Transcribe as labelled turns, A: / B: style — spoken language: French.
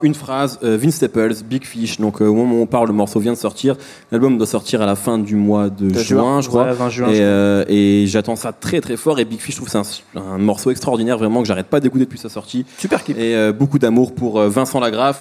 A: Une phrase, Vince Staples, Big Fish. Donc au moment où on parle, le morceau vient de sortir. L'album doit sortir à la fin du mois de juin, je crois.
B: Ouais, 20 juin,
A: et j'attends ça très très fort. Et Big Fish, je trouve que c'est un morceau extraordinaire, vraiment que j'arrête pas d'écouter depuis sa sortie.
B: Super clip.
A: Et beaucoup d'amour pour Vincent Lagraffe.